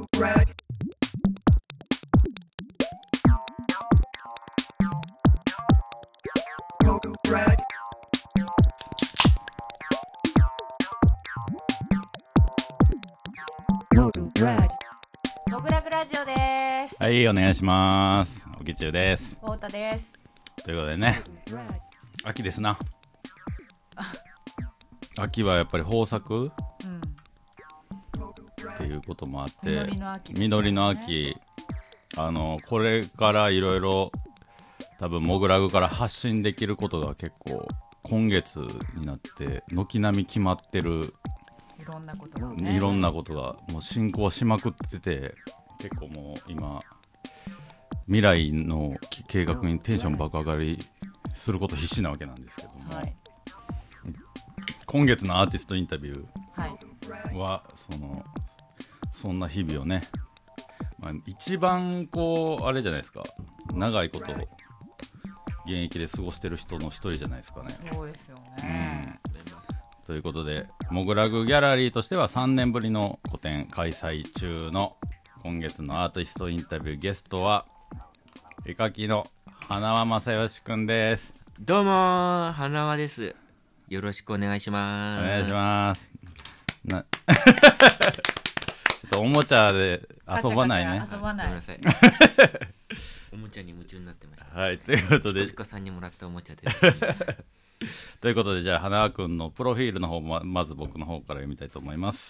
drag. Moto drag. Moto drag. モグラグラジオです。 はい、お願いします。おきちゅうです。 太田です。 ということでね、秋ですな。秋はやっぱり豊作っていうこともあって、実りの秋、これからいろいろ多分モグラグから発信できることが結構今月になって軒並み決まってる。 いろんなことがね、 いろんなことがもう進行しまくってて、結構もう今未来の計画にテンション爆上がりすること必死なわけなんですけども、 はい、 今月のアーティストインタビュはい、 ーはそんな日々をね、一番こうあれじゃないですか、長いこと現役で過ごしてる人の一人じゃないですかね。 そうですよね、 ということで、モグラグギャラリーとしては3年ぶりの個展開催中の今月のアーティストインタビュー、ゲストは絵描きの花輪正義くんです。 どうもー、花輪です。よろしくお願いします。 お願いします。ちょっとおもちゃで遊ばないね。 遊ばない。 ごめんなさい。おもちゃに夢中になってました。 はい、ということでピカさんにもらったおもちゃです。 ということで、じゃあ花輪くんのプロフィールの方もまず僕の方から読みたいと思います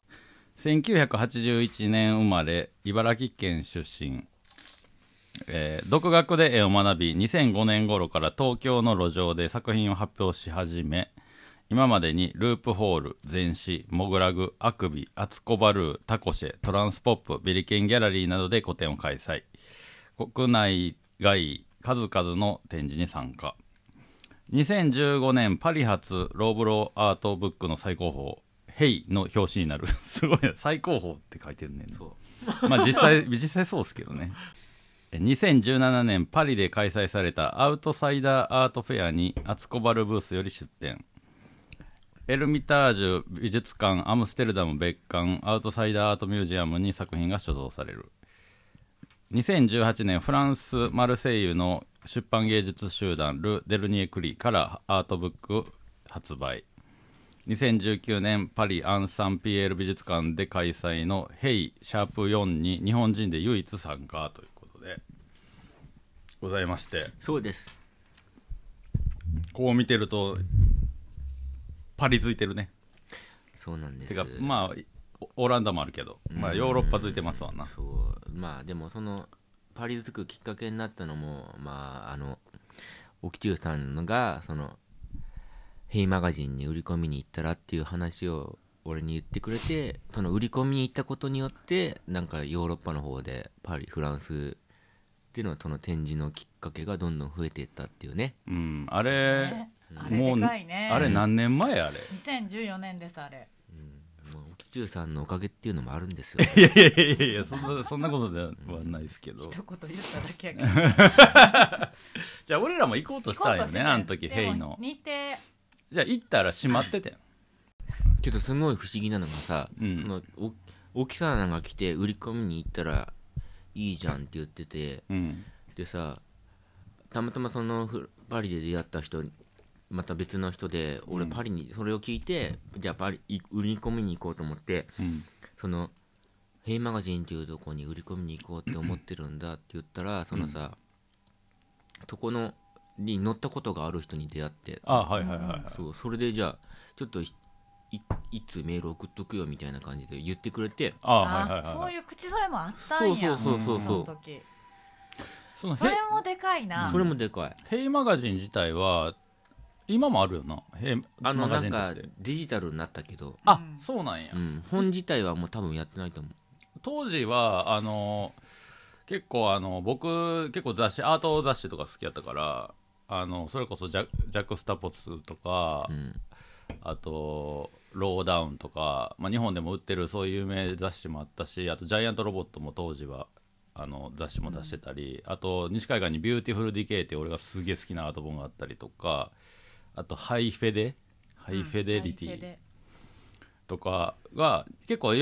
。1981年生まれ、茨城県出身、独学で絵を学び、2005年頃から東京の路上で作品を発表し始め、今までにループホール、全紙、モグラグ、アクビ、アツコバルー、タコシェ、トランスポップ、ビリケンギャラリーなどで個展を開催。国内外数々の展示に参加。2015年パリ発ローブローアートブックの最高峰ヘイの表紙になるすごいな、最高峰って書いてるね。 そうまあ実際そうですけどね。2017年パリで開催されたアウトサイダーアートフェアにアツコバルブースより出展。エルミタージュ美術館アムステルダム別館アウトサイダーアートミュージアムに作品が所蔵される。2018年フランスマルセイユの出版芸術集団ル・デルニエ・クリからアートブック発売。2019年パリアンサンピエール美術館で開催のヘイシャープ4に日本人で唯一参加ということでございまして、 そうです。 こう見てるとパリ付いてるね。 そうなんです。 てかまあオランダもあるけど、まあ、ヨーロッパ付いてますわな。 そう、まあでもそのパリ付くきっかけになったのも、まあ沖中さんがそのヘイマガジンに売り込みに行ったらっていう話を俺に言ってくれて、その売り込みに行ったことによってなんかヨーロッパの方でパリ、フランスっていうのはその展示のきっかけがどんどん増えていったっていうね。 うん、あれ、 ね、あれもうでかいね。 あれ何年前あれ。 2014年ですあれ。 もう沖中さんのおかげっていうのもあるんですよ。 いやいやいやいや、そんなことではないですけど。 一言言っただけやけど。 じゃあ俺らも行こうとしたんよね、あの時ヘイの。 日程。 じゃあ行ったら閉まっててん。 けどすごい不思議なのがさ、 うん、 その沖さんが来て売り込みに行ったらいいじゃんって言ってて、 うん、 でさ、たまたまそのパリで出会った人、また別の人で、俺パリにそれを聞いて、じゃあパリ売り込みに行こうと思って、 うん、 そのヘイマガジンっていうとこに売り込みに行こうって思ってるんだって言ったら、そのさ、そこのに乗ったことがある人に出会って、 あ、はいはいはい、はい、 そう、それでじゃあちょっといつメール送っとくよみたいな感じで言ってくれて、 はいはいはい、 そういう口添えもあったんや。 そうその時。 そのそれもでかいな。 それもでかい。 ヘイマガジン自体は今もあるよな。ヘイマガなんジンとしてかデジタルになったけど、 あ、そうなんや、 本自体はもう多分やってないと思う。 当時は結構僕結構雑誌アート雑誌とか好きやったから、それこそジャック・スタポツとか、あとローダウンとか、まあ、日本でも売ってるそういう有名雑誌もあったし、あとジャイアントロボットも当時は雑誌も出してたり、あと西海岸にビューティフルディケイって俺がすげえ好きなアート本があったりとか、あとハイフェデリティとかが結構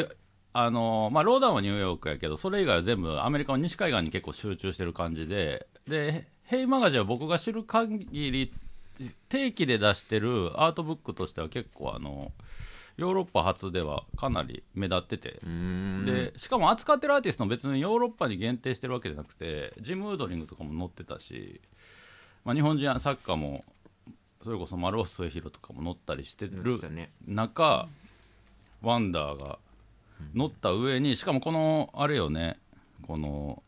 まあ、ローダウンはニューヨークやけどそれ以外は全部アメリカの西海岸に結構集中してる感じでヘイマガジンは僕が知る限り定期で出してるアートブックとしては結構ヨーロッパ発ではかなり目立っててでしかも扱ってるアーティストも別にヨーロッパに限定してるわけじゃなくてジム・ウードリングとかも載ってたし、まあ、日本人作家もそれこそ丸尾末広とかも載ったりしてる中、ワンダーが載った上にしかもこのあれよねこの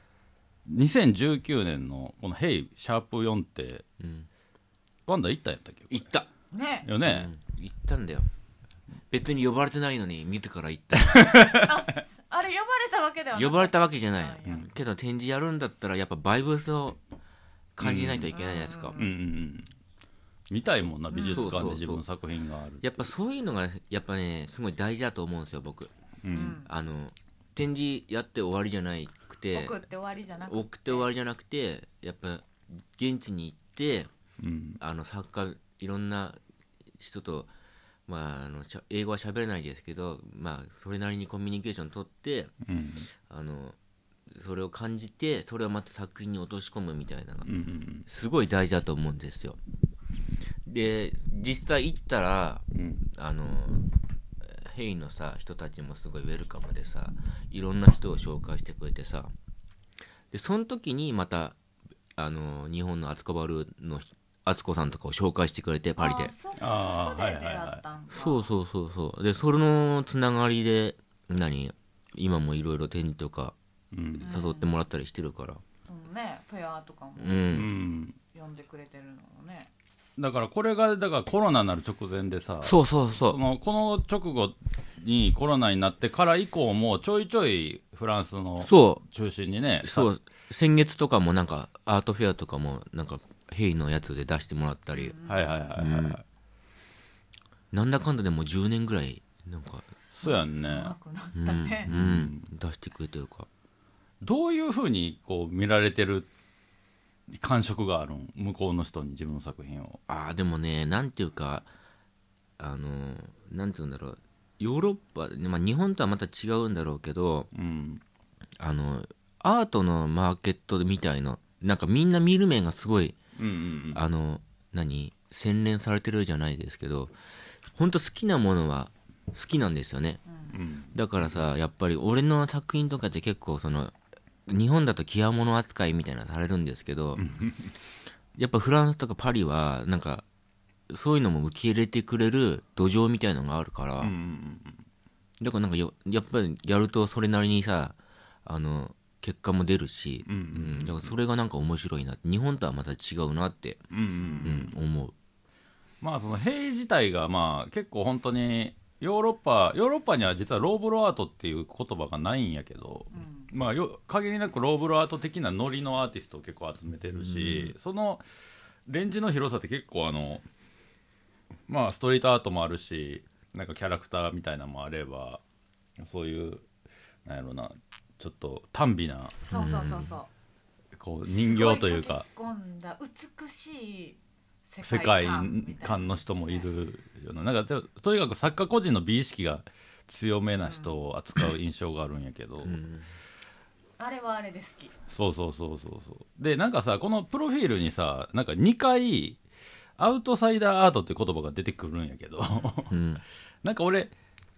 2019年のこの「ヘイシャープ4」って、ワンダー行ったんやったっけ？ 行ったねよね、 行ったんだよ。別に呼ばれてないのに自ら行ったあれ呼ばれたわけではな呼ばれたわけじゃない、 いやけど展示やるんだったらやっぱバイブスを感じないといけないじゃないですか、 見たいもんな美術館そうそうそうで自分の作品があるやっぱそういうのがやっぱねすごい大事だと思うんですよ僕。展示やって終わりじゃなくて送って終わりじゃなくて送って終わりじゃなくてやっぱ現地に行ってうん作家いろんな人と、まあ、英語は喋れないですけど、まあ、それなりにコミュニケーション取ってうんそれを感じてそれをまた作品に落とし込むみたいなのがうんうんすごい大事だと思うんですよ。で実際行ったらうんヘイのさ人たちもすごいウェルカムでさいろんな人を紹介してくれてさでその時にまた日本のアツコバルーの敦子さんとかを紹介してくれてパリであそこで出会ったんかそうそうそうそうでそれのつながりで今もいろいろ展示とかうん誘ってもらったりしてるからねフェアとかもうん呼んでくれてるのもねだからこれがだからコロナになる直前でさそうそうそうこの直後にコロナになってから以降もちょいちょいフランスのそ中心にねそう先月とかもなんかアートフェアとかもなんかヘイのやつで出してもらったり、 はいはいはいはい、 なんだかんだでもう10年ぐらいなんかそうやんね長くなったね出してくれてるかどういうふうにこう見られてる感触があるん向こうの人に自分の作品をでもねなんていうかなんていうんだろうヨーロッパ、まあ、日本とはまた違うんだろうけどうんアートのマーケットみたいななんかみんな見る目がすごいうんうん洗練されてるじゃないですけど本当好きなものは好きなんですよね、 うんだからさやっぱり俺の作品とかって結構日本だと極物扱いみたいなのされるんですけどやっぱフランスとかパリはなんかそういうのも受け入れてくれる土壌みたいのがあるから、だからなんかやっぱりやるとそれなりにさ結果も出るし、だからそれがなんか面白いな日本とはまた違うなって、思う。 まあそのヘイ自体がまあ結構本当にヨーロッパには実はローブロアートっていう言葉がないんやけど、まあ限りなくローブロアート的なノリのアーティストを結構集めてるし、そのレンジの広さって結構まあストリートアートもあるしなんかキャラクターみたいなのもあればそういうなんやろなちょっと短美なそうそうそうそうこう人形というかすごい溶け込んだ美しい世界観の人もいるような、なんかとにかく作家個人の美意識が強めな人を扱う印象があるんやけど、 あれはあれで好き。 そうでなんかさこのプロフィールにさなんか2回アウトサイダーアートって言葉が出てくるんやけど、なんか俺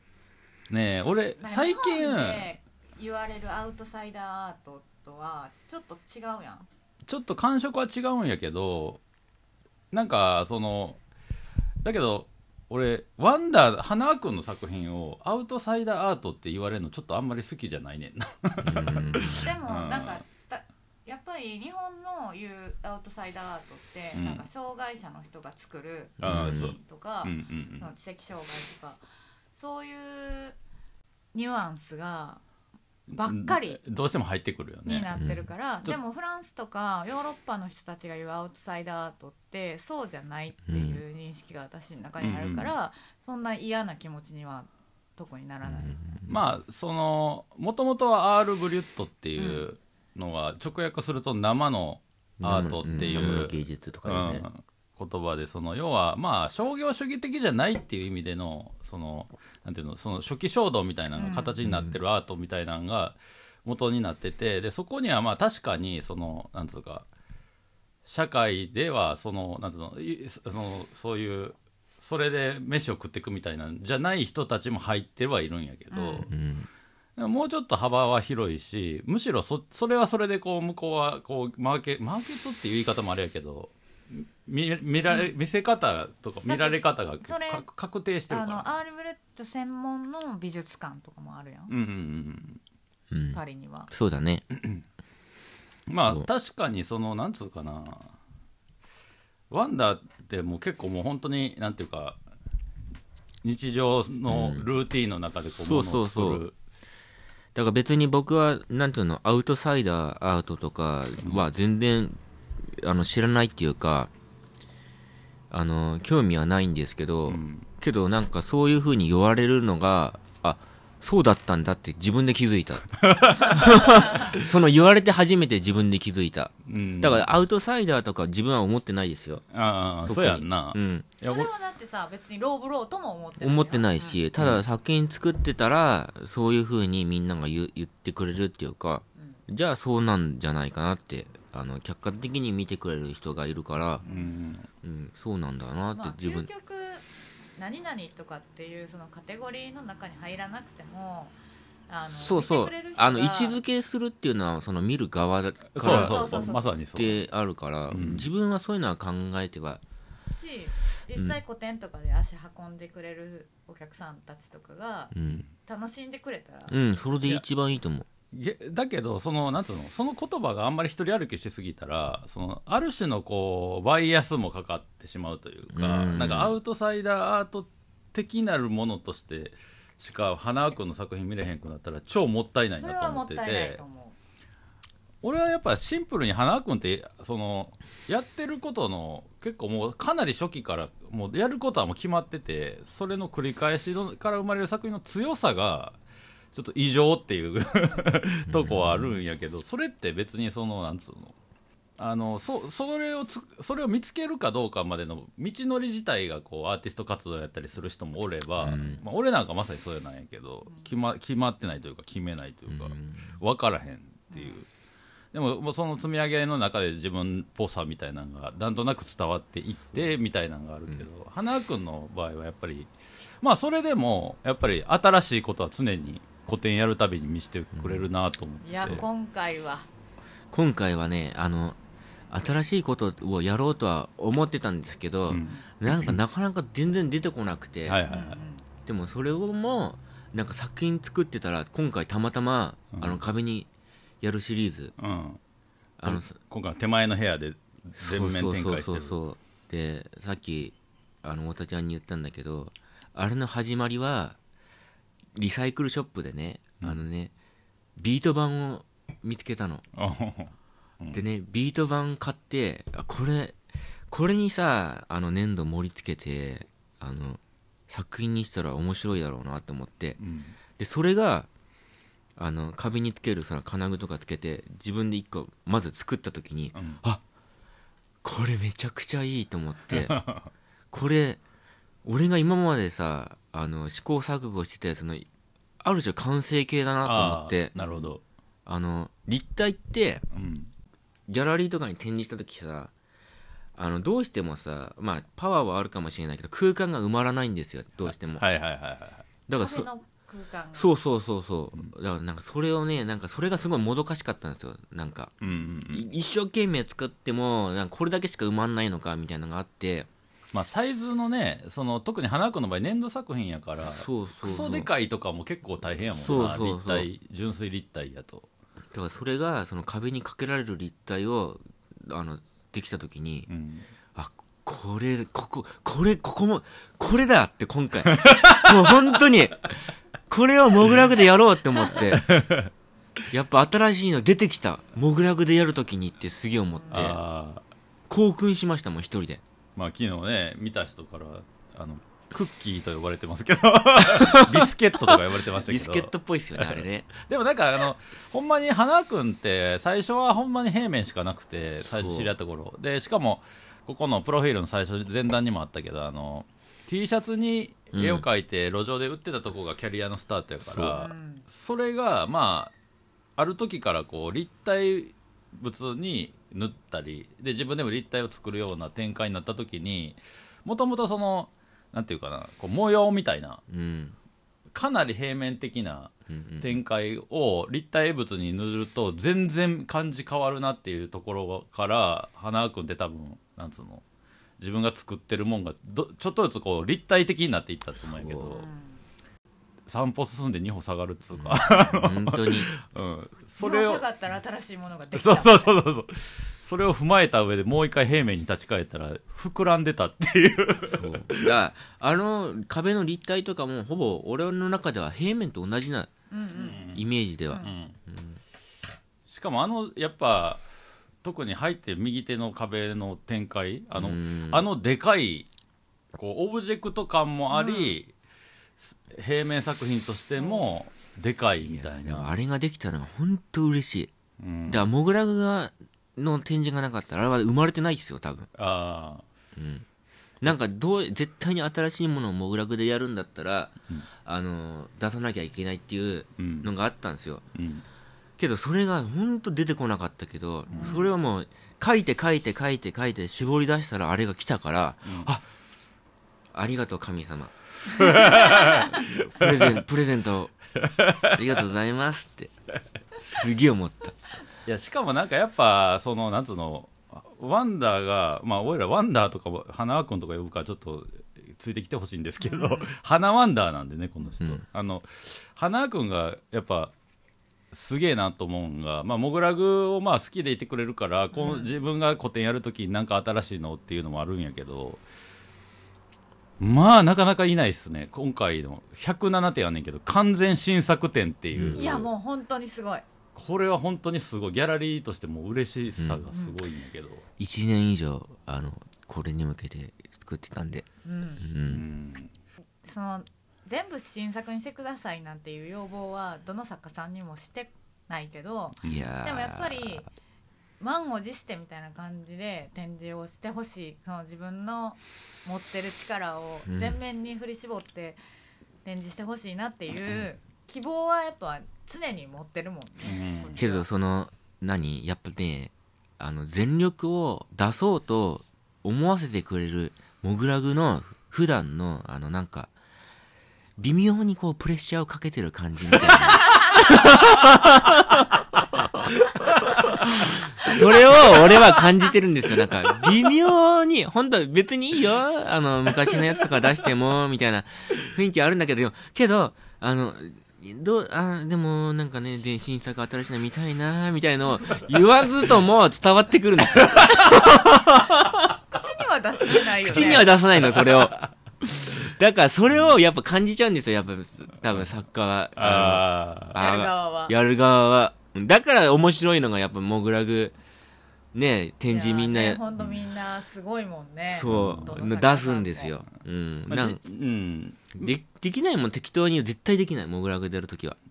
最近日本で言われるアウトサイダーアートとはちょっと違うやん。 ちょっと感触は違うんやけどなんかだけど俺ワンダー花輪君の作品をアウトサイダーアートって言われるのちょっとあんまり好きじゃないねんなでもなんかやっぱり日本の言うアウトサイダーアートって、なんか障害者の人が作る作品とか、その知的障害とかそういうニュアンスがばっかりどうしても入ってくるよねになってるから、でもフランスとかヨーロッパの人たちが言うアウトサイダーアートってそうじゃないっていう認識が私の中にあるから、そんな嫌な気持ちには特にならない、 まあもともとはアール・ブリュットっていうのが直訳すると生のアートっていう、 生の芸術とかね、 言葉で、その要はまあ商業主義的じゃないっていう意味でのそのなんていうの、その初期衝動みたいなのが形になってるアートみたいなのが元になってて、でそこにはまあ確かにそのなんていうか社会ではそのなんていうの、そういうそれで飯を食っていくみたいなんじゃない人たちも入ってはいるんやけど、でももうちょっと幅は広いし、むしろそれはそれでこう向こうはこうマーケットっていう言い方もあれやけど、見せ方とか見られ方が確定してるから、 アール・ブレット専門の美術館とかもあるやん、パリには。 そうだねまあ確かにそのなんつうかな、ワンダーってもう結構もう本当になんていうか日常のルーティーンの中でこうものを作る、 だから別に僕はなんていうの、アウトサイダーアートとかは全然、知らないっていうか興味はないんですけど、けどなんかそういう風に言われるのがそうだったんだって自分で気づいたその言われて初めて自分で気づいた、だからアウトサイダーとか自分は思ってないですよ。 そうやんな、 それはだってさ別にローブローとも思ってないし、ただ作品作ってたらそういう風にみんなが言ってくれるっていうか、じゃあそうなんじゃないかなって客観的に見てくれる人がいるから、そうなんだなって自分、 究極何々とかっていうそのカテゴリーの中に入らなくてもそうそう、 見てくれる人が位置づけするっていうのはその見る側だからそうまさにそうってあるから、自分はそういうのは考えてはし、実際個展とかで足運んでくれるお客さんたちとかが楽しんでくれたら、 それで一番いいと思う。 だけどそのなんつうの、その言葉があんまり一人歩きしすぎたら、そのある種のこうバイアスもかかってしまうというか、なんかアウトサイダーアート的なるものとしてしか花輪君の作品見れへんくなったら超もったいないなと思ってて、俺はやっぱシンプルに花輪君ってそのやってることの結構もうかなり初期からもうやることはもう決まってて、それの繰り返しから生まれる作品の強さがちょっと異常っていうとこはあるんやけど、それって別にそのなんつうの、それを見つけるかどうかまでの道のり自体がこうアーティスト活動やったりする人もおれば、俺なんかまさにそうなんやけど、決まってないというか決めないというか、分からへんっていう。でもその積み上げの中で自分っぽさみたいなのがなんとなく伝わっていってみたいなのがあるけど、花輪君の場合はやっぱりまあそれでもやっぱり新しいことは常に個展やるたびに見せてくれるなと思って、 いや今回はね新しいことをやろうとは思ってたんですけど、なかなか全然出てこなくて、でもそれをもなんか作品作ってたら今回たまたま、壁にやるシリーズ、 今回手前の部屋で全面展開してる。 そうでさっき太田ちゃんに言ったんだけど、あれの始まりはリサイクルショップでね、ビート板を見つけたのでね、ビート板買って、これにさ粘土盛り付けて作品にしたら面白いだろうなと思って、でそれが壁につけるその金具とかつけて自分で一個まず作った時に、これめちゃくちゃいいと思ってこれ俺が今までさ試行錯誤してたやつのある種完成形だなと思って。 なるほど。 立体って、ギャラリーとかに展示した時さどうしてもさ、まあパワーはあるかもしれないけど空間が埋まらないんですよ、どうしても。だからそうだからなんかそれをね、なんかそれがすごいもどかしかったんですよ。なんか、一生懸命作ってもなんかこれだけしか埋まんないのかみたいなのがあって、 まあ、サイズのね、特に花輪君の場合粘土作品やからクソでかいとかも結構大変やもんな。立体、純粋立体やと。 だからそれがその壁にかけられる立体をできた時に、これだって今回もう本当にこれをモグラグでやろうって思ってやっぱ新しいの出てきた、モグラグでやる時にってすげえ思って興奮しましたもん一人で。 まあ昨日ね見た人からクッキーと呼ばれてますけどビスケットとか呼ばれてましたけどビスケットっぽいっすよねあれねでもなんかほんまに花輪君って最初はほんまに平面しかなくて、最初知り合った頃で、しかもここのプロフィールの最初前段にもあったけどT シャツに絵を描いて路上で売ってたとこがキャリアのスタートやから、それがまあある時からこう立体物に塗ったりで自分でも立体を作るような展開になった時にもともとそのなんていうかなこう模様みたいな、かなり平面的な展開を立体物に塗ると全然感じ変わるなっていうところから花輪君って多分なんつうの自分が作ってるもんがちょっとずつこう立体的になっていったと思うんやけど、3歩進んで2歩下がるっつうか、 本当に、 それを下がったら新しいものができた、 た。 そうそれを踏まえた上でもう一回平面に立ち返ったら膨らんでたっていうそうだから壁の立体とかもほぼ俺の中では平面と同じなイメージでは、 しかもやっぱ特に入って右手の壁の展開でかいこうオブジェクト感もあり、平面作品としてもでかいみたいな。 あれができたのが本当嬉しい、だからモグラグの展示がなかったらあれは生まれてないですよ多分。なんか絶対に新しいものをモグラグでやるんだったら、出さなきゃいけないっていうのがあったんですよ、けどそれが本当出てこなかったけど、それをもう書いて絞り出したらあれが来たから、ありがとう神様プレゼントありがとうございますってすげえ思った。 いやしかもなんかやっぱそのなんつうのワンダーが俺らワンダーとか花輪君とか呼ぶからちょっとついてきてほしいんですけど、花ワンダーなんでねこの人、花輪君がやっぱすげえなと思うんが、モグラグを好きでいてくれるから、自分が個展やるときになんか新しいのっていうのもあるんやけど、なかなかいないっすね。今回の107点あんねんけど完全新作展っていう、 いやもう本当にすごい。 これは本当にすごい。ギャラリーとしても嬉しさがすごいんやけど、 1年以上これに向けて作ってたんで、 その全部新作にしてくださいなんていう要望はどの作家さんにもしてないけど、でもやっぱり満を持してみたいな感じで展示をしてほしい。その自分の持ってる力を全面に振り絞って展示してほしいなっていう希望はやっぱ常に持ってるもんね、 けどやっぱね全力を出そうと思わせてくれるモグラグの普段のなんか微妙にこうプレッシャーをかけてる感じみたいなそれを俺は感じてるんですよ。なんか微妙に本当は別にいいよ昔のやつとか出してもみたいな雰囲気あるんだけどでもなんかね新作新しいの見たいなみたいのを言わずとも伝わってくるんですよ口には出さないよね。 口には出さないのそれをだからそれをやっぱ感じちゃうんですよ、やっぱ多分作家はやる側は。だから面白いのがやっぱモグラグね、展示みんな本当みんなすごいもんね。 そう出すんですよ。できないもん適当に絶対できない、モグラグでやるときは。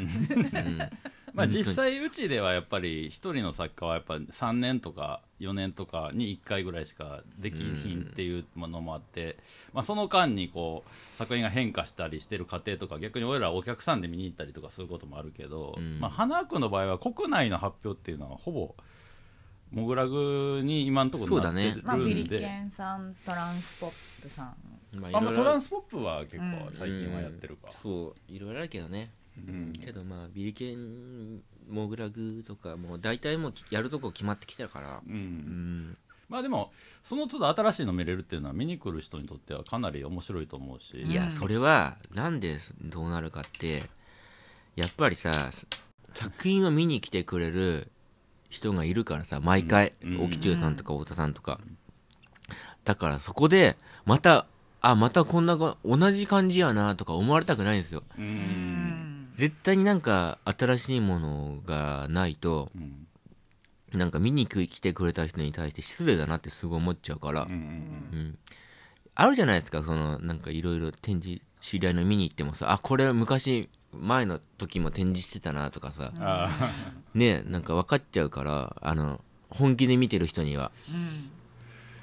実際うちではやっぱり一人の作家はやっぱ3年とか4年とかに1回ぐらいしかできひんっていうものもあって、その間にこう作品が変化したりしてる過程とか、逆に俺らお客さんで見に行ったりとかすることもあるけど、花君の場合は国内の発表っていうのはほぼモグラグに今のところなってるんで、 ビリケンさん、トランスポップさん、 トランスポップは結構最近はやってるか、 そういろいろあるけどね、けどビリケンモグラグとかもう大体もうやるとこ決まってきてるから、 でもその都度新しいの見れるっていうのは見に来る人にとってはかなり面白いと思うし、 いやそれはなんでどうなるかってやっぱりさ、作品を見に来てくれる人がいるからさ、毎回沖中さんとか太田さんとか、だからそこでまたこんな同じ感じやなとか思われたくないんですよ。絶対になんか新しいものがないと、なんか見に来てくれた人に対して失礼だなってすごい思っちゃうから、あるじゃないですか、そのなんかいろいろ展示知り合いの見に行ってもさ、これ昔前の時も展示してたなとかさ、ね、なんか分かっちゃうから、本気で見てる人には、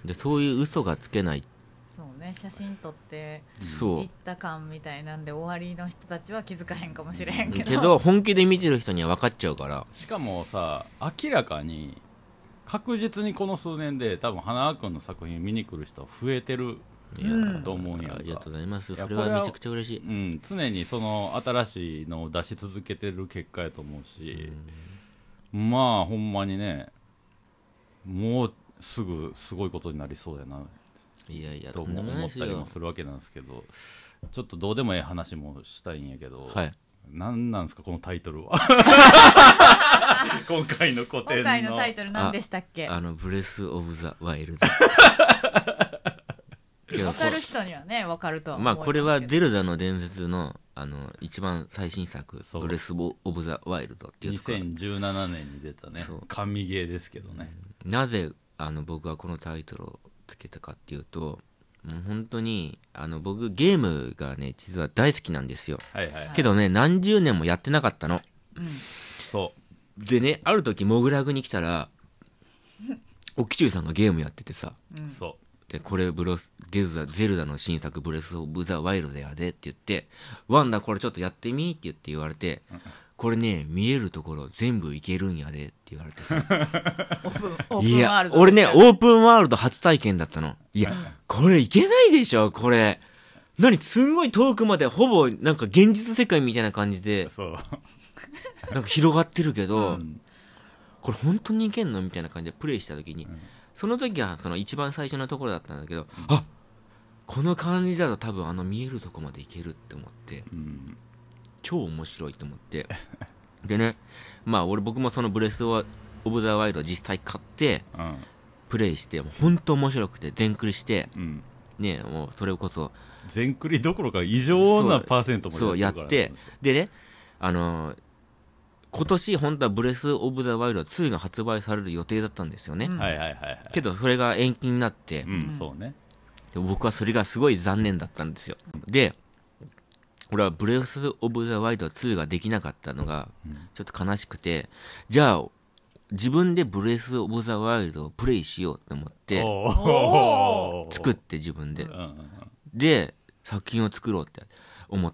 でそういう嘘がつけない。 そうね、写真撮ってそう行った感みたいなんで終わりの人たちは気づかへんかもしれへんけど、 けど本気で見てる人には分かっちゃうから。 しかもさ、明らかに確実にこの数年で多分花輪君の作品見に来る人は増えてると思うんやんか。 ありがとうございます。 いやそれはめちゃくちゃ嬉しい。 うん、常にその新しいのを出し続けてる結果やと思うし、まあほんまにね、もうすぐすごいことになりそうやな、 いやいや、 ととんでもないです思ったりもよ。 するわけなんですけど、ちょっとどうでもいい話もしたいんやけど、 はい。 なんなんですかこのタイトルは。今回の古典の今回のタイトル何でしたっけ？ ブレス・オブ・ザ・ワイルド。 分かる人にはね分かるとは思まあいますけど、 これはゼルダの伝説の一番最新作そうブレス・オブ・ザ・ワイルドっていうところ。 2017年に出たねそう神ゲーですけどね。 なぜ僕はこのタイトルをつけたかっていうと、もう本当に僕ゲームがね実は大好きなんですよ。 はいはい、 けどね何十年もやってなかったの。 そでね、ある時モグラグに来たらオキチュウさんがゲームやっててさ、 う、そでこれゼルダの新作ブレス・オブ・ザ・ワイルドやでって言って、ワンダこれちょっとやってみって言われて、これね見えるところ全部いけるんやでって言われてさオープいやンワールド俺ねオープンワールド初体験だったの。いや、これいけないでしょこれ。何すんごい遠くまでほぼなんか現実世界みたいな感じでそうなんか広がってるけど、 んこれ本当にいけんのみたいな感じでプレイした時に、その時はその一番最初のところだったんだけど、あこの感じだと多分見えるとこまでいけるって思って、超面白いと思ってでね、まあ僕もそのブレス・オブ・ザ・ワイルド実際買ってプレイして、もう本当面白くて全クリして、ね、もうそれこそ全クリどころか異常なパーセントもそうやってでね、今年本当はブレス・オブ・ザ・ワイルド2が発売される予定だったんですよね、 はいはいはいはい、 けどそれが延期になって、 そうね、 で僕はそれがすごい残念だったんですよ。で俺はブレス・オブ・ザ・ワイルド2ができなかったのがちょっと悲しくて、じゃあ自分でブレス・オブ・ザ・ワイルドをプレイしようと思って作って自分で、で作品を作ろうって思って、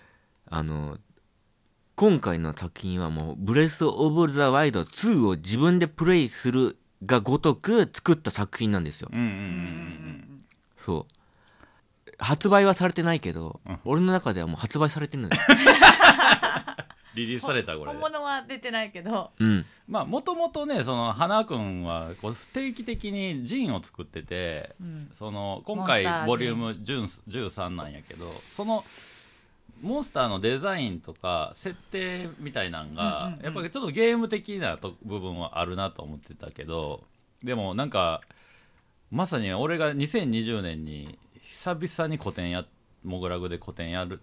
今回の作品はもうブレス・オブ・ザ・ワイルド2を自分でプレイするがごとく作った作品なんですよ。そう発売はされてないけど、俺の中ではもう発売されてるんだよ。 リリースされたこれ本物は出てないけど、 まあもともとね、その花君はこう定期的にジンを作ってて、その今回ボリューム13なんやけど、そのモンスターのデザインとか設定みたいなんが、やっぱりちょっとゲーム的な部分はあるなと思ってたけど、でもなんかまさに俺が2020年に久々にモグラグで個展やるって、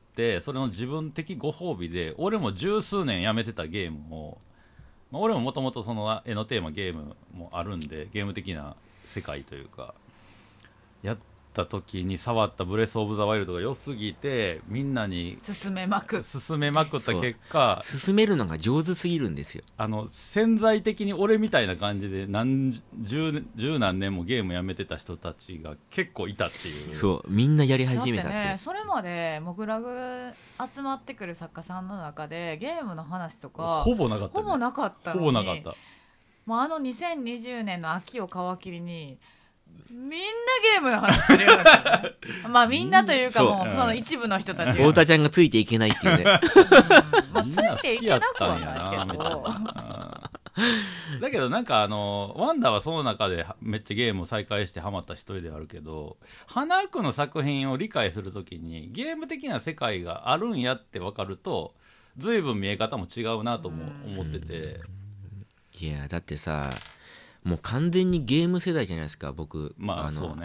それの自分的ご褒美で俺も十数年やめてたゲームを、俺ももともとその絵のテーマゲームもあるんで、ゲーム的な世界というかやった時に触ったブレス・オブ・ザ・ワイルドが良すぎて、みんなに進めまくった結果、 進めるのが上手すぎるんですよ。 潜在的に俺みたいな感じで十何年もゲームやめてた人たちが結構いたっていう。 そうみんなやり始めたって。 だってね、それまでモグラグ集まってくる作家さんの中でゲームの話とかほぼなかった、ね、 ほぼなかったのに、 ほぼなかった。 もう2020年の秋を皮切りにみんなゲームの話するようになったね。まあみんなというかもうその一部の人たちが太田ちゃんがついていけないっていうね。 まあ、ついていけなくはないけどだけどなんかワンダはその中でめっちゃゲームを再開してハマった一人ではあるけど、花君の作品を理解するときにゲーム的な世界があるんやって分かると、随分見え方も違うなとも思ってて。 いやだってさ、もう完全にゲーム世代じゃないですか僕。 まあそうね、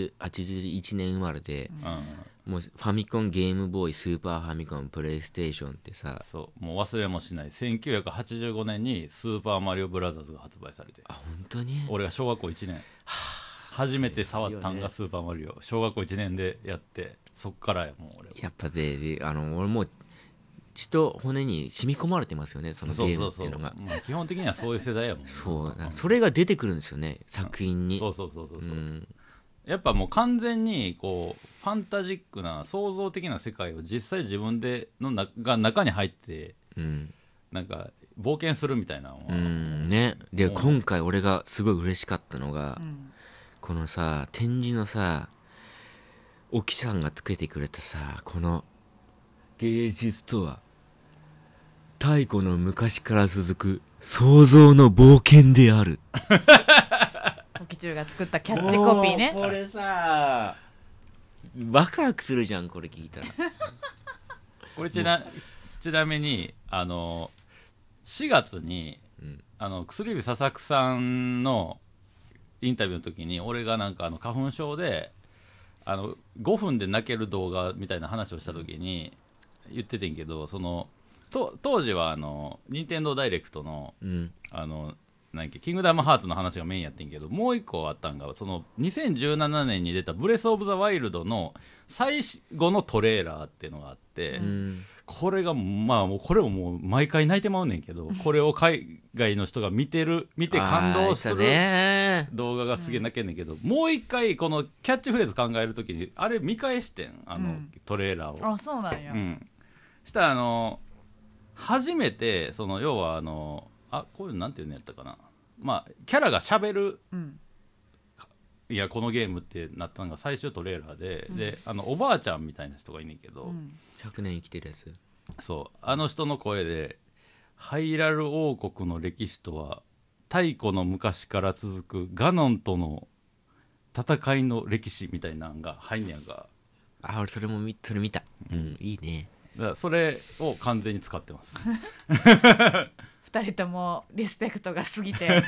81年生まれで、もうファミコン、ゲームボーイ、スーパーファミコン、プレイステーションってさ、 そうもう忘れもしない。1985年にスーパーマリオブラザーズが発売されて、 あ本当に俺が小学校1年初めて触ったんがスーパーマリオ、小学校1年でやって、そっからやもう俺はやっぱ俺もう血と骨に染み込まれてますよね、そのゲームっていうのが。 まあ基本的にはそういう世代やもんね。 それが出てくるんですよね、作品に。 そう、やっぱもう完全にこうファンタジックな創造的な世界を実際自分でが中に入って、なんか冒険するみたいなのは、 ね。で今回俺がすごい嬉しかったのが、このさ展示のさ沖さんがつけてくれたさ、この芸術とは太古の昔から続く創造の冒険である。 沖中が作ったキャッチコピーね。 これさワクワクするじゃん、これ聞いたら。 これちなみに4月に、薬指佐々木さんのインタビューの時に俺がなんか花粉症で5分で泣ける動画みたいな話をした時に言っててんけど、当時は任天堂ダイレクトの、なんかキングダムハーツの話がメインやってんけど、もう一個あったんがその2017年に出たブレスオブザワイルドの最後のトレーラーっていうのがあって、これがまあもうこれももう毎回泣いてまうねんけど、これを海外の人が見て感動する動画がすげえ泣けんねんけど、もう一回このキャッチフレーズ考えるときにあれ見返してんトレーラーを。 あ、そうなんや。 したら初めて要はこういうのなんていうのやったかな、まあキャラがしゃべる、いやこのゲームってなったのが最終トレーラーで、でおばあちゃんみたいな人がいんねんけど、 100年生きてるやつ。 そう人の声でハイラル王国の歴史とは太古の昔から続くガノンとの戦いの歴史みたいなのが入んねやんか。 俺それ見た。いいね。 だからそれを完全に使ってます。 2人ともリスペクトが過ぎて。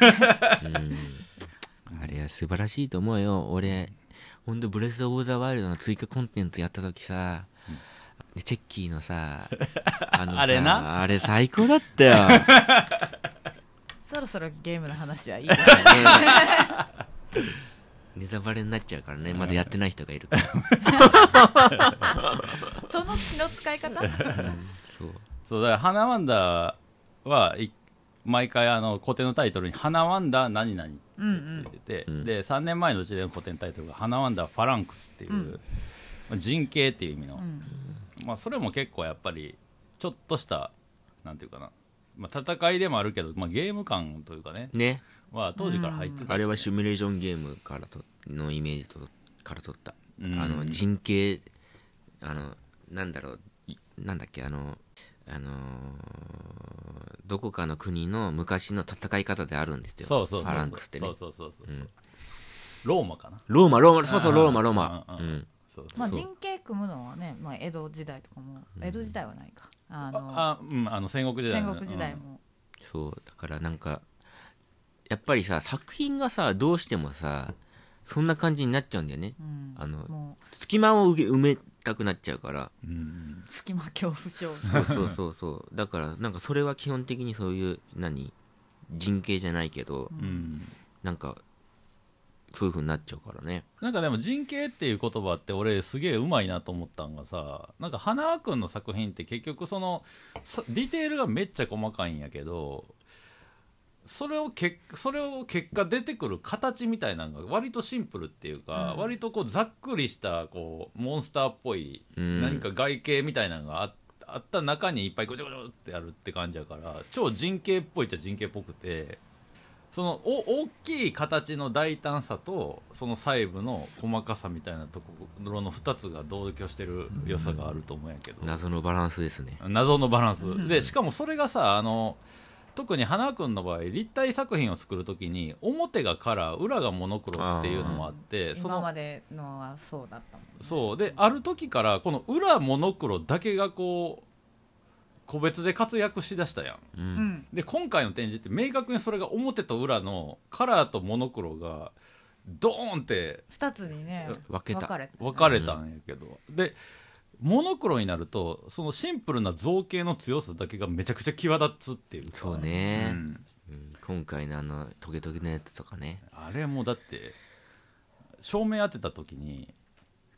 あれは素晴らしいと思うよ。俺ほんとブレスオブザワイルドの追加コンテンツやった時さ、チェッキーのさあれな、 あれ最高だったよ。 そろそろゲームの話はいいですね。 ネタバレになっちゃうからね、まだやってない人がいるから。 その気の使い方。 そうだから花ワンダーは毎回固定のタイトルに花ワンダー何々ってついてて、で3年前のうちでの古典タイトルが花ワンダーファランクスっていう、人形っていう意味の、まあ、それも結構やっぱりちょっとしたなんていうかな、まあ、戦いでもあるけど、まあ、ゲーム感というかねは当時から入ってたし、ね、 あれはシミュレーションゲームからのイメージから取った、人形なんだろう、なんだっけどこかの国の昔の戦い方であるんですよ。ファランクスってね。ローマかな。ローマ、そうそう、ローマ。 まあ人形組むのはね、まあ江戸時代とかも、江戸時代はないか。 戦国時代。 戦国時代も。 そうだからなんかやっぱりさ作品がさどうしてもさそんな感じになっちゃうんだよね。隙間を埋めたくなっちゃうから。 隙間恐怖症。 そうだからなんかそれは基本的にそういう人形じゃないけど、なんかそういう風になっちゃうからね。 なんかでも人形っていう言葉って俺すげえうまいなと思ったんがさ、なんか花輪くんの作品って結局ディテールがめっちゃ細かいんやけど、それを結果出てくる形みたいなのが割とシンプルっていうか、割とこうざっくりしたこうモンスターっぽい何か外形みたいなのがあった中にいっぱいゴチョゴチョってやるって感じやから、超人形っぽいっちゃ人形っぽくて、その大きい形の大胆さとその細部の細かさみたいなところの2つが同居してる良さがあると思うんやけど、 謎のバランスですね。 謎のバランスで、しかもそれがさ特に花君の場合立体作品を作るときに表がカラー裏がモノクロっていうのもあって、 今までのはそうだったもんね。 そうである時からこの裏モノクロだけがこう個別で活躍しだしたやん、で今回の展示って明確にそれが表と裏のカラーとモノクロがドーンって 2つにね分かれたんやけど、でモノクロになるとそのシンプルな造形の強さだけがめちゃくちゃ際立つっていうか。 そうね、今回のトゲトゲのやつとかね、 あれもだって照明当てた時に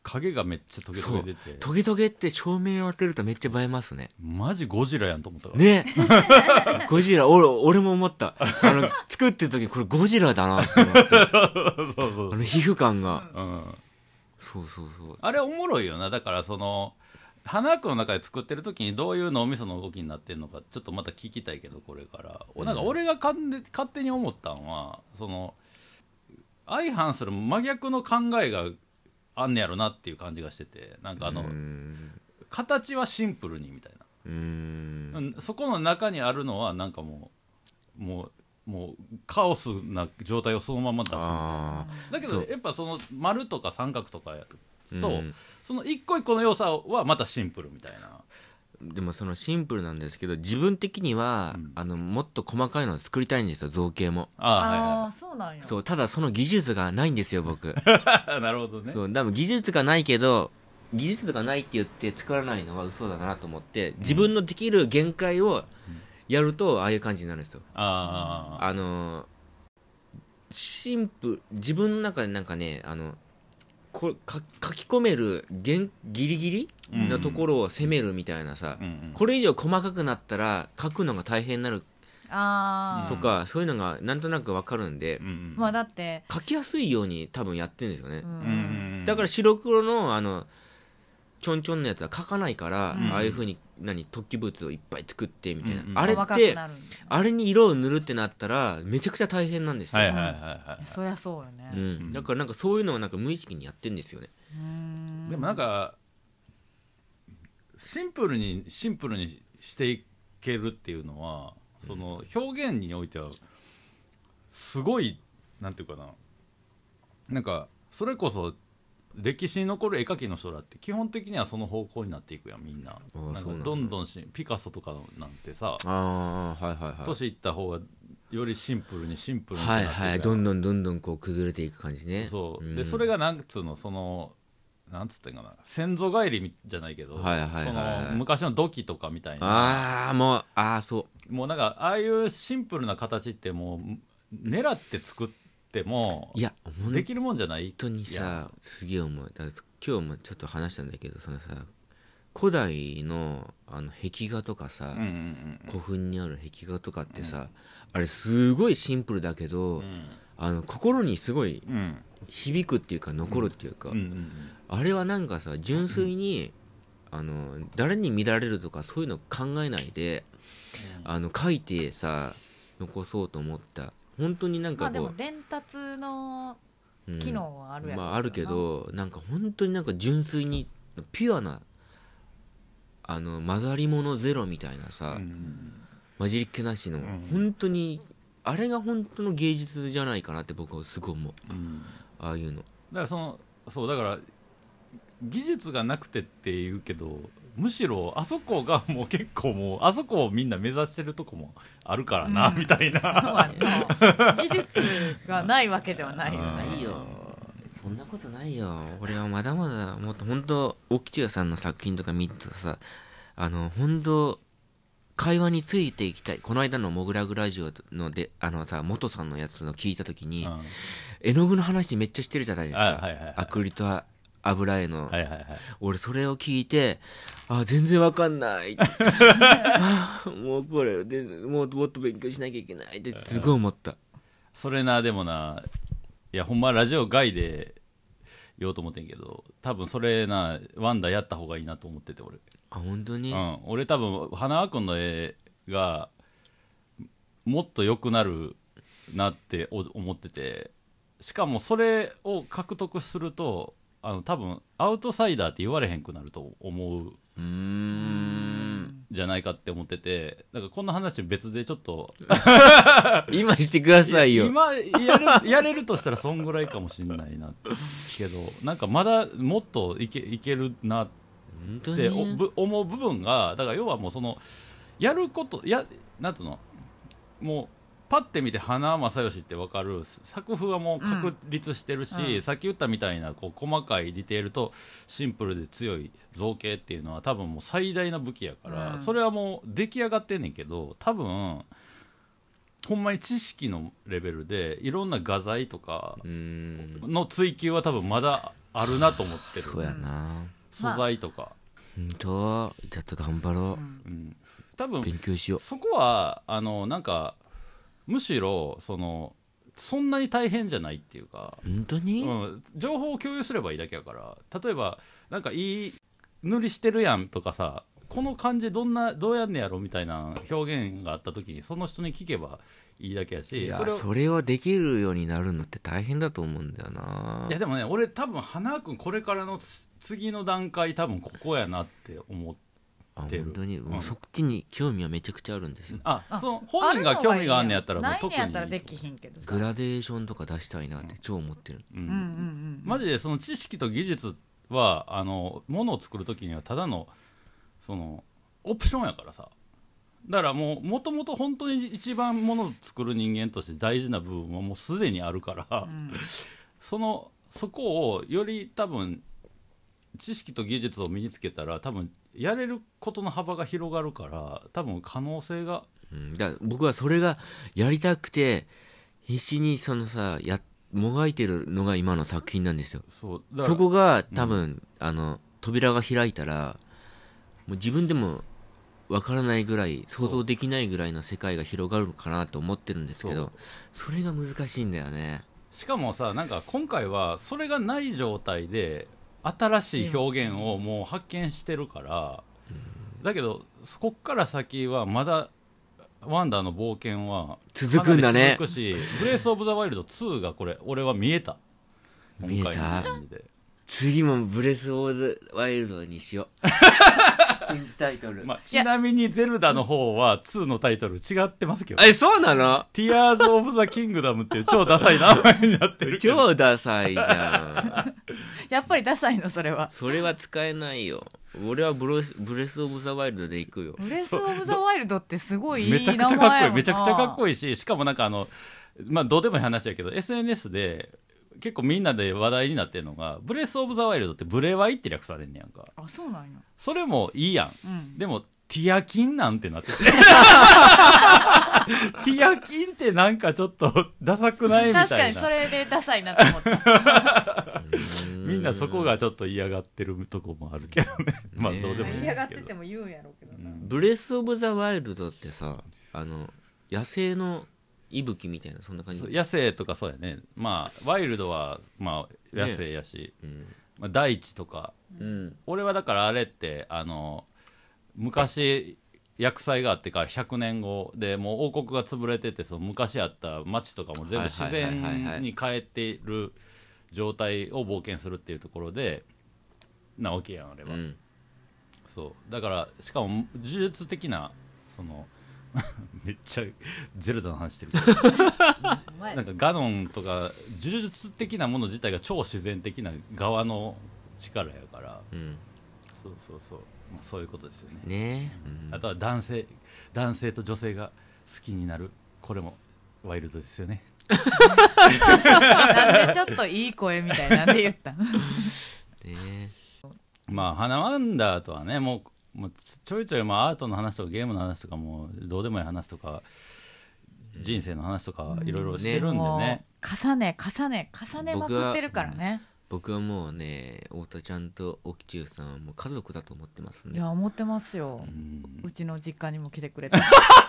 影がめっちゃトゲトゲ出て、 トゲトゲって照明を当てるとめっちゃ映えますね。 マジゴジラやんと思ったからねゴジラ、俺も思った。作ってる時これゴジラだなって思って。 そう皮膚感が。 そうあれおもろいよな。だからその花君の中で作ってる時にどういう脳みその動きになってるのかちょっとまた聞きたいけど、これから、なんか俺が勝手に思ったのは、その相反する真逆の考えがあんねやろなっていう感じがしてて、なんか形はシンプルにみたいな、そこの中にあるのはなんかもうカオスな状態をそのまま出すみたいな。だけどやっぱその丸とか三角とかやると、その一個一個の要素はまたシンプルみたいな。 でもそのシンプルなんですけど、自分的には、もっと細かいのを作りたいんですよ、造形も。 そうなんや。 そう、ただその技術がないんですよ、僕。 なるほどね。 そう、多分技術がないけど、技術がないって言って作らないのは嘘だなと思って、自分のできる限界をやるとああいう感じになるんですよ。シンプル、自分の中でなんかね、書き込めるギリギリのところを攻めるみたいなさ、これ以上細かくなったら書くのが大変になるとか、そういうのがなんとなく分かるんで、 まあだって書きやすいように多分やってるんですよね。だから白黒のちょんちょんのやつは書かないから、ああいう風に突起物をいっぱい作ってみたいな、あれってあれに色を塗るってなったらめちゃくちゃ大変なんですよ。 そりゃそうよね。 だからなんかそういうのをなんか無意識にやってんですよね。 でもなんかシンプルにしていけるっていうのは、その表現においてはすごい、なんていうかな、なんかそれこそ歴史に残る絵描きの人だって基本的にはその方向になっていくやん、みんな。なんかどんどんピカソとかなんてさ、年いった方がよりシンプルになっていく、 どんどんこう崩れていく感じね。 そうで、それがなんつうの、そのなんつってんかな、先祖返りじゃないけど、その昔の土器とかみたいな、もうなんかああいうシンプルな形ってもう狙って作ってもできるもんじゃない。 本当にさ、すげえ思う。だから今日もちょっと話したんだけど、そのさ、古代の壁画とかさ、古墳にある壁画とかってさ、あれすごいシンプルだけど、心にすごい響くっていうか残るっていうか、あれはなんかさ、純粋に誰に見られるとかそういうの考えないで書いてさ残そうと思った。本当になんかこう、 でも伝達の機能はあるやろ、 あるけど、なんか本当になんか純粋にピュアな混ざり物ゼロみたいなさ、混じりっ気なしの、本当にあれが本当の芸術じゃないかなって僕はすごい思う、ああいうの。 だからだから技術がなくてって言うけど、むしろあそこがもう結構もうあそこをみんな目指してるとこもあるからな、みたいな。 技術がないわけではないよね。 ないよ、そんなことないよ。俺はまだまだもっと本当沖千代さんの作品とか見るとさ、本当会話についていきたい。この間のモグラグラジオのでさ、元さんのやつの聞いた時に、絵の具の話めっちゃしてるじゃないですか、アクリルと油絵の、俺それを聞いて、全然わかんないもうこれでもっと勉強しなきゃいけないってすごい思った。 それな、でもな、いやほんまラジオ外で言おうと思ってんけど、多分それな、ワンダやった方がいいなと思ってて、俺。 本当に？ 俺多分花輪君の絵がもっと良くなるなって思ってて、しかもそれを獲得すると多分アウトサイダーって言われへんくなると思うじゃないかって思ってて、だからこんな話別でちょっと今してくださいよ。 今やれるとしたらそんぐらいかもしれないなけど、なんかまだもっといけるなって思う部分が、だから要はもうそのやることなんていうの、もうパッて見て花正義って分かる作風はもう確立してるし、さっき言ったみたいなこう細かいディテールとシンプルで強い造形っていうのは多分もう最大の武器やから、それはもう出来上がってんねんけど、多分ほんまに知識のレベルでいろんな画材とかの追求は多分まだあるなと思ってる。 そうやな、 素材とか、 ほんとちょっと頑張ろ多分う、勉強しよう。 そこはなんかむしろそんなに大変じゃないっていうか、 本当に、 情報を共有すればいいだけやから、例えばなんかいい塗りしてるやんとかさ、この感じどうやんねやろみたいな表現があった時にその人に聞けばいいだけやし、 いやそれをそれをできるようになるのって大変だと思うんだよな。 いやでもね、俺多分花君これからの次の段階多分ここやなって思ってる。 本当に、もうそっちに興味はめちゃくちゃあるんですよ。 本人が興味があんねやったらもう特にないねやったらできひんけどさグラデーションとか出したいなって超思ってる。 マジでその知識と技術はものを作る時にはただのそのオプションやからさ。だからもともと本当に一番ものを作る人間として大事な部分はもうすでにあるから、そこをより多分知識と技術を身につけたら多分やれることの幅が広がるから、多分可能性が、 だから僕はそれがやりたくて必死にそのさもがいてるのが今の作品なんですよ。そこが多分、扉が開いたらもう自分でもわからないぐらい、想像できないぐらいの世界が広がるのかなと思ってるんですけど、それが難しいんだよね。 しかもさ、なんか今回はそれがない状態で新しい表現をもう発見してるから、だけどこっから先はまだワンダーの冒険は続くんだね。 続くし、ブレイスオブザワイルド2がこれ俺は見えた。 見えた。 今回の感じで次もブレスオブザワイルドにしよう。展示タイトル、 ちなみにゼルダの方は2のタイトル違ってますけど、 そうなの？ ティアーズ・オブ・ザ・キングダムっていう超ダサい名前になってるけど超ダサいじゃん。 やっぱりダサいのそれは。 それは使えないよ。俺はブレスオブザワイルドで行くよ。 ブレスオブザワイルドってすごいいい名前やめちゃくちゃかっこいい、めちゃくちゃかっこいいし、しかもなんかどうでもいい話やけど SNS で結構みんなで話題になってるのが、ブレスオブザワイルドってブレワイって略されんねやんか。 あ、そうなんや。 それもいいやん、でもティアキンなんてなっててティアキンってなんかちょっとダサくないみたいな。 確かにそれでダサいなと思ったみんなそこがちょっと嫌がってるとこもあるけどね。まあどうでもいいん嫌がってですけど。 ても言うんやろうけどな、 ブレスオブザワイルドってさ、野生の息吹みたいな、そんな感じ。 野生とかそうやね。まあワイルドはまあ野生やし、まあ、大地とか、俺はだからあれって昔厄災があってから100年後でもう王国が潰れてて、その昔あった町とかも全部自然に変えている状態を冒険するっていうところでなわけやんあれは、そうだからしかも呪術的なそのめっちゃゼルダの話してるけどなんかガノンとか呪術的なもの自体が超自然的な側の力やから、そうそうそう、まあ、そういうことですよね。あとは男性と女性が好きになる、これもワイルドですよね。 なんでちょっといい声みたいなんで言ったのまあ花ワンダーとはね、もうちょいちょいまあアートの話とかゲームの話とかもどうでもいい話とか、人生の話とかいろいろしてるんでね、 重ねまくってるからね。 僕はもうね、太田ちゃんと沖中さんはもう家族だと思ってますんで。 いや思ってますよ、うちの実家にも来てくれて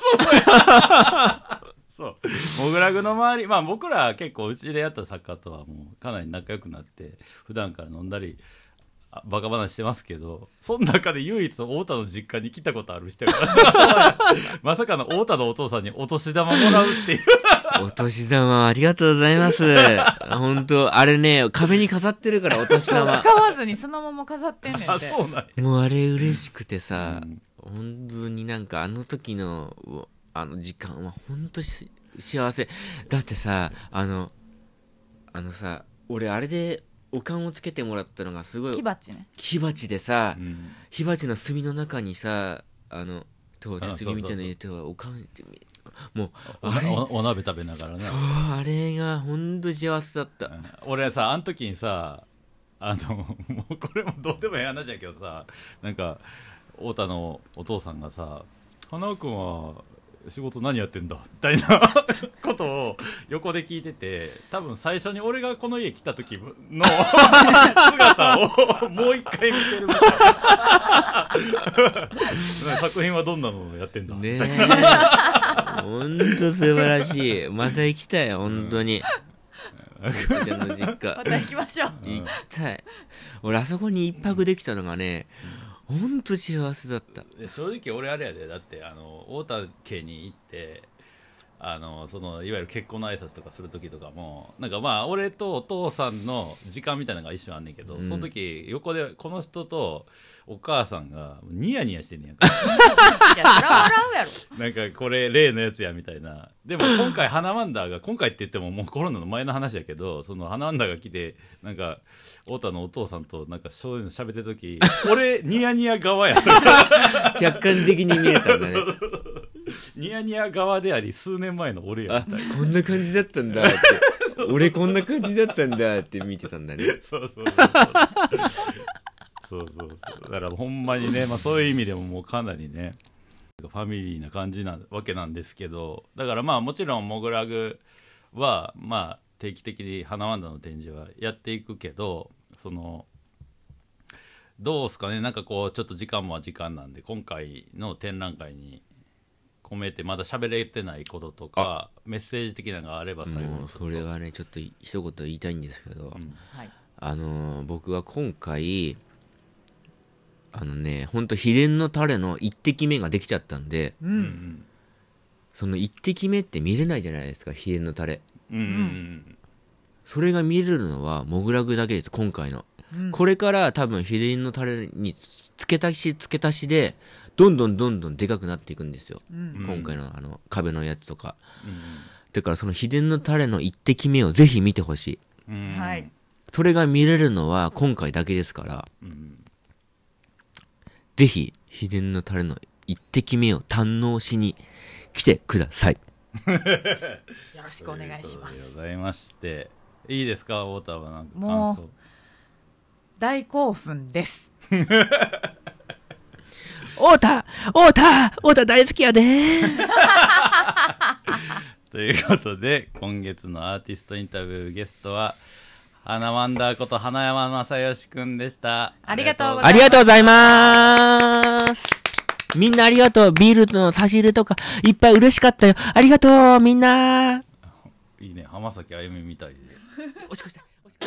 そうモグラグの周り、まあ僕ら結構うちでやった作家とはもうかなり仲良くなって普段から飲んだりバカ話してますけど、その中で唯一太田の実家に来たことある人やからまさかの太田のお父さんにお年玉もらうっていうお年玉ありがとうございます。本当あれね、壁に飾ってるから、お年玉使わずにそのまま飾ってんねんて。 あ、そうなんや。 もうあれ嬉しくてさ、本当になんかあの時の時間は本当幸せだってさ、さ、俺あれでおかんをつけてもらったのがすごい火鉢ね、 火鉢でさ、火鉢の炭の中にさ、鉄みたいなの入れておかんってもうお鍋食べながらね。 そう、あれが本当幸せだった、 俺さ、あの時にさ、もうこれもどうでもいい話やけどさ、なんか太田のお父さんがさ、花尾君は仕事何やってんだみたいなことを横で聞いてて、多分最初に俺がこの家来た時の姿をもう一回見てるみたいな作品はどんなのやってんだねえほんと素晴らしい。また行きたいほんとに、おばちゃんの実家また行きましょう。 行きたい。俺あそこに一泊できたのがね、ほんと幸せだった。 正直俺あれやで、だって太田家に行ってそのいわゆる結婚の挨拶とかする時とかもなんかまあ俺とお父さんの時間みたいなのが一緒あんねんけど、その時横でこの人とお母さんがニヤニヤしてんねやんかいやそら笑うやろ。 なんかこれ例のやつやみたいな。でも今回花ワンダーが今回って言ってももうコロナの前の話やけど、その花ワンダーが来てなんか太田のお父さんとなんかそういうの喋ってる時俺ニヤニヤ側やった客観的に見えたんだねニヤニヤ側であり数年前の俺やあみたいな。 こんな感じだったんだって俺こんな感じだったんだって見てたんだね。 そうそうだからほんまにね、まあ、そういう意味でももうかなりねファミリーな感じなわけなんですけど、だからまあもちろんモグラグはまあ定期的に花ワンダの展示はやっていくけど、そのどうすかね、なんかこうちょっと時間も時間なんで今回の展覧会に込めてまだ喋れてないこととかメッセージ的なのがあれば最後にもうそれはねちょっと一言言いたいんですけど、 はい。 僕は今回ほんと秘伝のタレの一滴目ができちゃったんで、 う。 うんんその一滴目って見れないじゃないですか、秘伝のタレ。 うんうんそれが見れるのはモグラグだけです、今回の。 うんこれから多分秘伝のタレに付け足しでどんどんでかくなっていくんですよ、 うん今回の壁のやつとか。 うんだからその秘伝のタレの一滴目をぜひ見てほしい。 うんはい。 それが見れるのは今回だけですから、 うんぜひ秘伝のタレの一滴目を堪能しに来てください。 よろしくお願いしまということす。 でございまして、いいですか太田はなんかもう感想。 大興奮です。 太田大好きやでということで今月のアーティストインタビューゲストは花ワンダーこと花山正義くんでした。 ありがとうございますありがとうございます。みんなありがとう。ビールの差し入れとかいっぱい嬉しかったよ。ありがとうみんな。 いいね、浜崎あゆみみたいで。 おしっこして。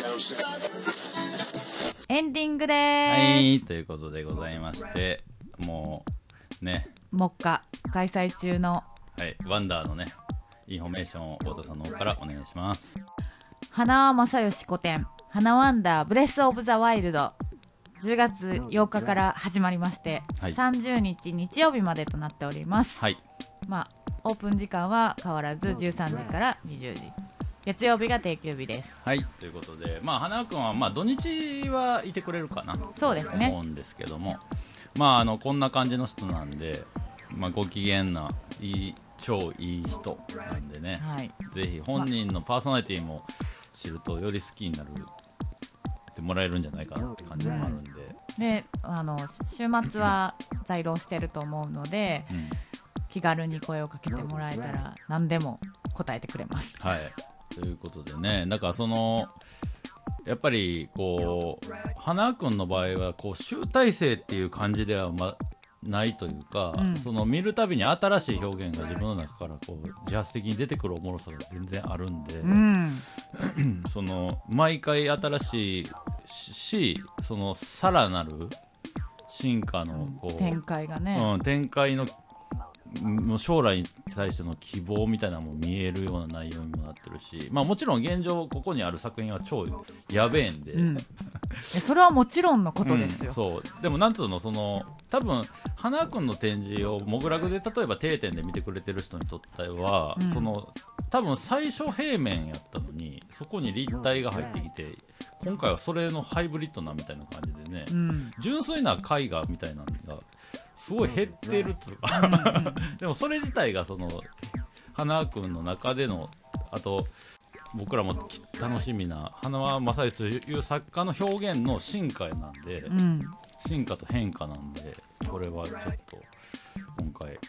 エンディングではーす。 い、ということでございまして、もうね、 目下開催中のはい、ワンダーのねインフォメーションを太田さんの方からお願いします。 花輪正義個展花ワンダーブレスオブザワイルド10月8日から始まりまして、 はい 30日日曜日までとなっております。 はい、 まあオープン時間は変わらず13時から20時、月曜日が定休日です。 はい、ということで、まあ花くんはまあ土日はいてくれるかなそうですね思うんですけども、まあこんな感じの人なんで、まあご機嫌ないい超いい人なんでね、 はい、 ぜひ本人のパーソナリティも知るとより好きになるってもらえるんじゃないかなって感じもあるんで、 で週末は在労してると思うので、 うん気軽に声をかけてもらえたら何でも答えてくれます。 はい、ということでね、だからやっぱりこう花くんの場合はこう集大成っていう感じでは、ないというか、その見るたびに新しい表現が自分の中からこう自発的に出てくるおもろさが全然あるんで、 うんその毎回新しいし、そのさらなる進化のこう、 展開がね、 展開のもう将来に対しての希望みたいなのも見えるような内容にもなってるし、まあ、もちろん現状ここにある作品は超やべえんで、 それはもちろんのことですよ。 そうでもなんつうの、多分花くんの展示をモグラグで例えば定点で見てくれてる人にとっては、多分最初平面やったのにそこに立体が入ってきて、今回はそれのハイブリッドなみたいな感じでね、純粋な絵画みたいなのがすごい減ってるっていうかでもそれ自体が花くんの中での、あと僕らも楽しみな花輪正義という作家の表現の進化なんで、進化と変化なんで、これはちょっと今回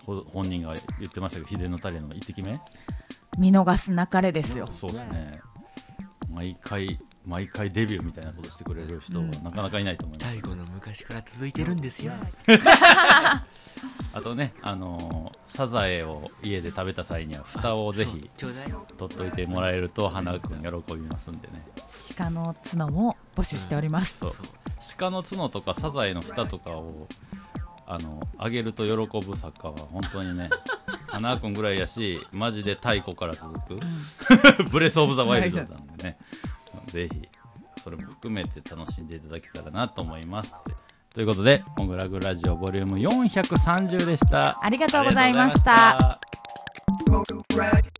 本人が言ってましたけど、秘伝のタレの1滴目見逃すなかれですよ。 そうですね、毎回デビューみたいなことしてくれる人はなかなかいないと思います。 大悟の昔から続いてるんですよ。 あとね、サザエを家で食べた際には蓋をぜひちょうだい取っといてもらえると花くん喜びますんでね。 鹿の角も募集しております。 そう、鹿の角とかサザエの蓋とかをあげると喜ぶ作家は本当にね花くんぐらいやし、マジで太古から続く、ブレスオブザワイルドなんでね、ぜひそれも含めて楽しんでいただけたらなと思います。ということで、モグラグラジオボリューム430でした。 ありがとうございました。 Moto Drag.